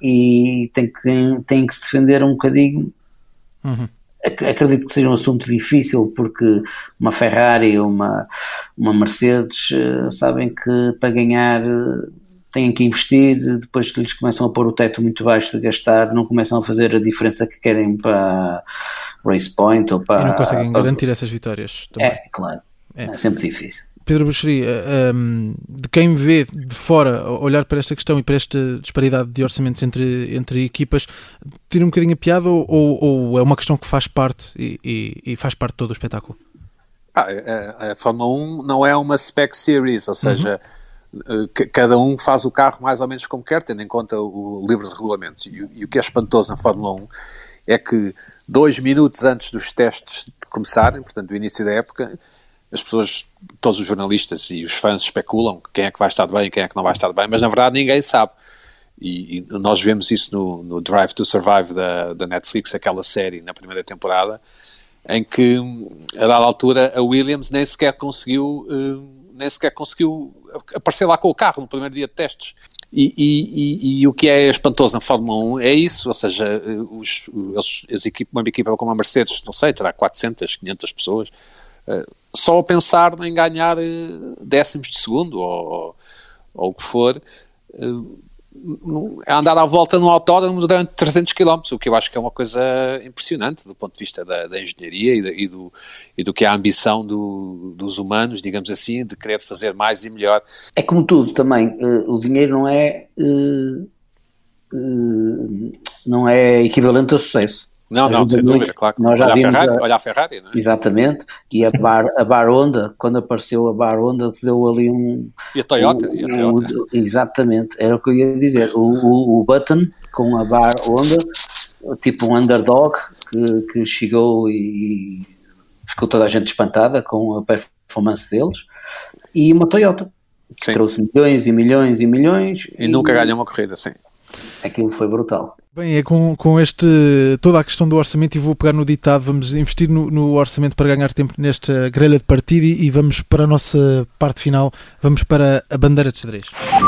e têm que, têm que se defender um bocadinho. Uhum. Acredito que seja um assunto difícil, porque uma Ferrari ou uma, uma Mercedes uh, sabem que para ganhar uh, têm que investir, depois que lhes começam a pôr o teto muito baixo de gastar, não começam a fazer a diferença que querem para Race Point ou para... E não conseguem para... garantir essas vitórias também. É, claro, é, é sempre difícil. Pedro Buxeri, um, de quem vê de fora olhar para esta questão e para esta disparidade de orçamentos entre, entre equipas, tira um bocadinho a piada ou, ou é uma questão que faz parte e, e, e faz parte de todo o espetáculo? Ah, a, a Fórmula um não é uma spec series, ou seja... Uhum. Cada um faz o carro mais ou menos como quer, tendo em conta o livro de regulamentos. E, e o que é espantoso na Fórmula um é que dois minutos antes dos testes começarem, portanto do início da época, as pessoas, todos os jornalistas e os fãs especulam quem é que vai estar bem e quem é que não vai estar bem, mas na verdade ninguém sabe. E, e nós vemos isso no, no Drive to Survive da, da Netflix, aquela série na primeira temporada, em que, a dada altura, a Williams nem sequer conseguiu, uh, nem sequer conseguiu aparecer lá com o carro no primeiro dia de testes. E, e, e, e o que é espantoso na Fórmula um é isso, ou seja, os, os, as equipe, uma equipa como a Mercedes, não sei, terá quatrocentas, quinhentas pessoas, uh, só a pensar em ganhar uh, décimos de segundo, ou, ou o que for, uh, a andar à volta no autódromo durante trezentos quilómetros, o que eu acho que é uma coisa impressionante do ponto de vista da, da engenharia e, da, e, do, e do que é a ambição do, dos humanos, digamos assim, de querer fazer mais e melhor. É como tudo também, uh, o dinheiro não é uh, uh, não é equivalente ao sucesso. Não, não, sem dúvida, claro. Nós já olha, a Ferrari, a... olha a Ferrari, não é? Exatamente, e a Bar, a Bar Honda, quando apareceu a Bar Honda, deu ali um... E a Toyota, um, e a Toyota. Um, exatamente, era o que eu ia dizer. O, o, o Button, com a Bar Honda, tipo um underdog, que, que chegou e, e ficou toda a gente espantada com a performance deles, e uma Toyota, que sim, trouxe milhões e milhões e milhões. E, e nunca ganhou uma corrida, sim. Aquilo foi brutal. Bem, é com, com este, toda a questão do orçamento, e vou pegar no ditado, vamos investir no, no orçamento para ganhar tempo nesta grelha de partida, e, e vamos para a nossa parte final, vamos para a bandeira de xadrez.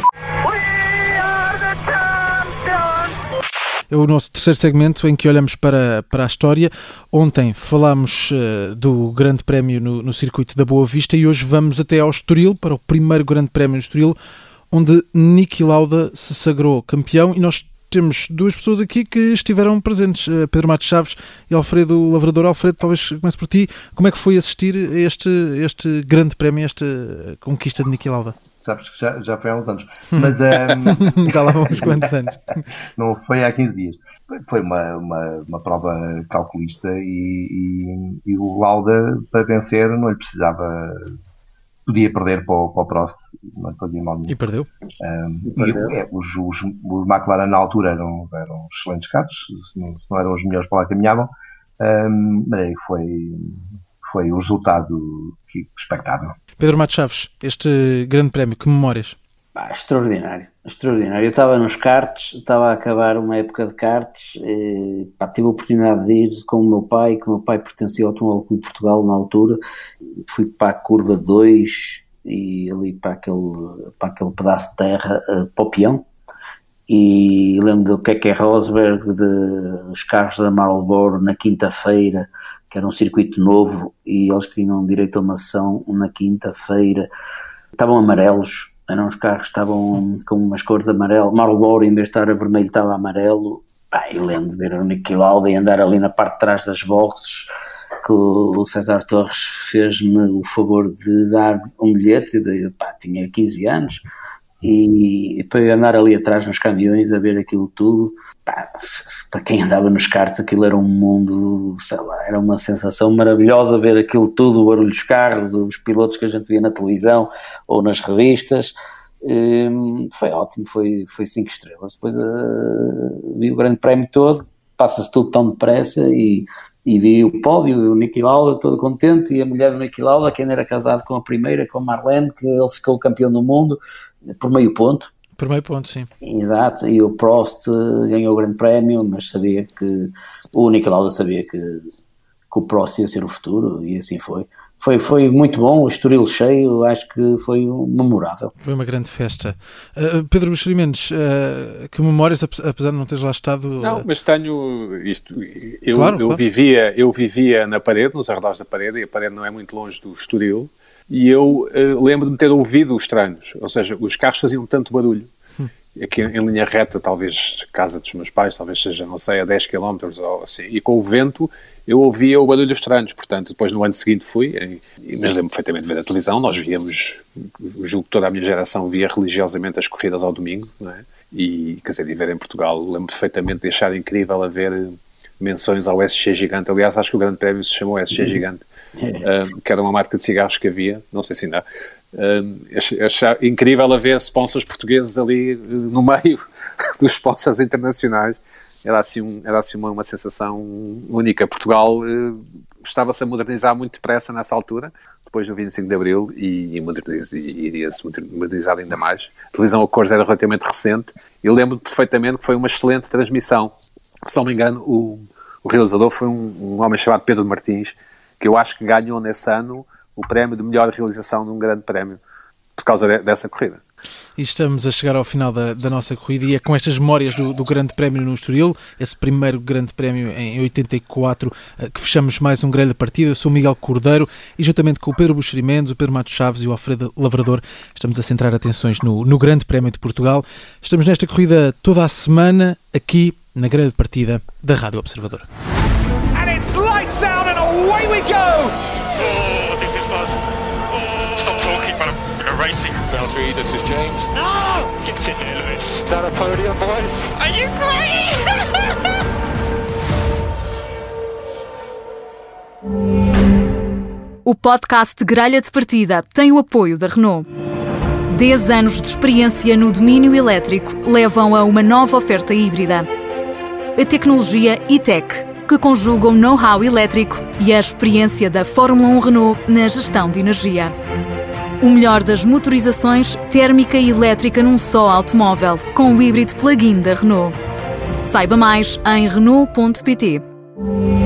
É o nosso terceiro segmento em que olhamos para, para a história. Ontem falámos uh, do Grande Prémio no, no circuito da Boa Vista, e hoje vamos até ao Estoril, para o primeiro Grande Prémio no Estoril, onde Niki Lauda se sagrou campeão, e nós temos duas pessoas aqui que estiveram presentes, Pedro Matos Chaves e Alfredo Lavrador. Alfredo, talvez comece por ti. Como é que foi assistir a este, este grande prémio, esta conquista de Niki Lauda? Sabes que já, já foi há uns anos. Mas, um... já lá vão uns quantos anos. Não foi há quinze dias. Foi uma, uma, uma prova calculista, e, e, e o Lauda, para vencer, não lhe precisava... Podia perder para o, para o Prost, não fazia mal nenhum. E perdeu. Um, e perdeu. É, os, os, os McLaren na altura eram, eram excelentes carros, se não, se não eram os melhores para lá caminhavam, um, mas aí foi, foi o resultado que, expectável. Pedro Matos Chaves, este grande prémio, que memórias? Ah, extraordinário, extraordinário. Eu estava nos karts, estava a acabar uma época de karts, e, pá, tive a oportunidade de ir com o meu pai, que o meu pai pertencia ao Automóvel Clube de Portugal na altura. Fui para a curva dois e ali para aquele, para aquele pedaço de terra, uh, para o peão, e lembro do Keke Rosberg, de, os carros da Marlboro na quinta-feira, que era um circuito novo, e eles tinham direito a uma sessão na quinta-feira, estavam amarelos, eram os carros, estavam com umas cores amarelo, Marlboro em vez de estar a vermelho estava amarelo. Pá, e lembro de ver o Niki Lauda e andar ali na parte de trás das boxes, que o César Torres fez-me o favor de dar um bilhete, de, pá, tinha quinze anos, e para eu andar ali atrás nos caminhões a ver aquilo tudo, pá, para quem andava nos karts, aquilo era um mundo, sei lá, era uma sensação maravilhosa ver aquilo tudo, o barulho dos carros, os pilotos que a gente via na televisão ou nas revistas. Um, foi ótimo, foi, foi cinco estrelas. Depois uh, vi o grande prémio todo, passa-se tudo tão depressa, e, e vi o pódio, o Niki Lauda todo contente, e a mulher do Niki Lauda, que ainda era casado com a primeira, com a Marlene, que ele ficou campeão do mundo por meio ponto. Por meio ponto, sim. Exato, e o Prost ganhou o grande prémio, mas sabia que o Niki Lauda sabia que, que o Prost ia ser o futuro, e assim foi. Foi, foi muito bom, o Estoril cheio, acho que foi memorável. Foi uma grande festa. Uh, Pedro Buxeri Mendes, uh, que memórias, apesar de não teres lá estado... Uh... Não, mas tenho isto, eu, claro, eu, claro. Vivia, eu vivia na parede, nos arredores da parede, e a parede não é muito longe do Estoril, e eu uh, lembro de ter ouvido os treinos, ou seja, os carros faziam tanto barulho, hum. aqui em linha reta, talvez casa dos meus pais, talvez seja, não sei, a dez quilómetros ou assim, e com o vento eu ouvia o barulho dos treinos. Portanto, depois no ano seguinte fui, e, mas lembro perfeitamente de ver a televisão, nós víamos, julgo que toda a minha geração via religiosamente as corridas ao domingo, não é? E, quer dizer, de ver em Portugal, lembro perfeitamente de achar incrível haver menções ao S G Gigante. Aliás, acho que o grande prémio se chamou S G Gigante, um, que era uma marca de cigarros que havia, não sei se ainda há. Um, achar incrível haver sponsors portugueses ali no meio dos sponsors internacionais. Era assim, um, era assim uma, uma sensação única. Portugal uh, estava-se a modernizar muito depressa nessa altura, depois do vinte e cinco de Abril, e, e, moderniz, e iria-se modernizar ainda mais. A televisão a cores era relativamente recente, e lembro-me perfeitamente que foi uma excelente transmissão. Se não me engano, o, o realizador foi um, um homem chamado Pedro Martins, que eu acho que ganhou nesse ano o prémio de melhor realização num grande prémio, por causa de, dessa corrida. E estamos a chegar ao final da, da nossa corrida e é com estas memórias do, do Grande Prémio no Estoril, esse primeiro Grande Prémio em oitenta e quatro, que fechamos mais um grelha de partida. Eu sou o Miguel Cordeiro e juntamente com o Pedro Buxeri Mendes, o Pedro Matos Chaves e o Alfredo Lavrador estamos a centrar atenções no, no Grande Prémio de Portugal. Estamos nesta corrida toda a semana aqui na grelha de partida da Rádio Observador. And it's lights out and away we go! Oh, this is fast. Oh, stop talking, but I'm, I'm racing. Valtteri, this is James. No! Get in there, Lewis. Is that a podium, boys? Are you crazy? O podcast Grelha de Partida tem o apoio da Renault. dez anos de experiência no domínio elétrico levam a uma nova oferta híbrida. A tecnologia E-Tech, que conjuga o know-how elétrico e a experiência da Fórmula um Renault na gestão de energia. O melhor das motorizações térmica e elétrica num só automóvel, com o híbrido plug-in da Renault. Saiba mais em Renault ponto pt.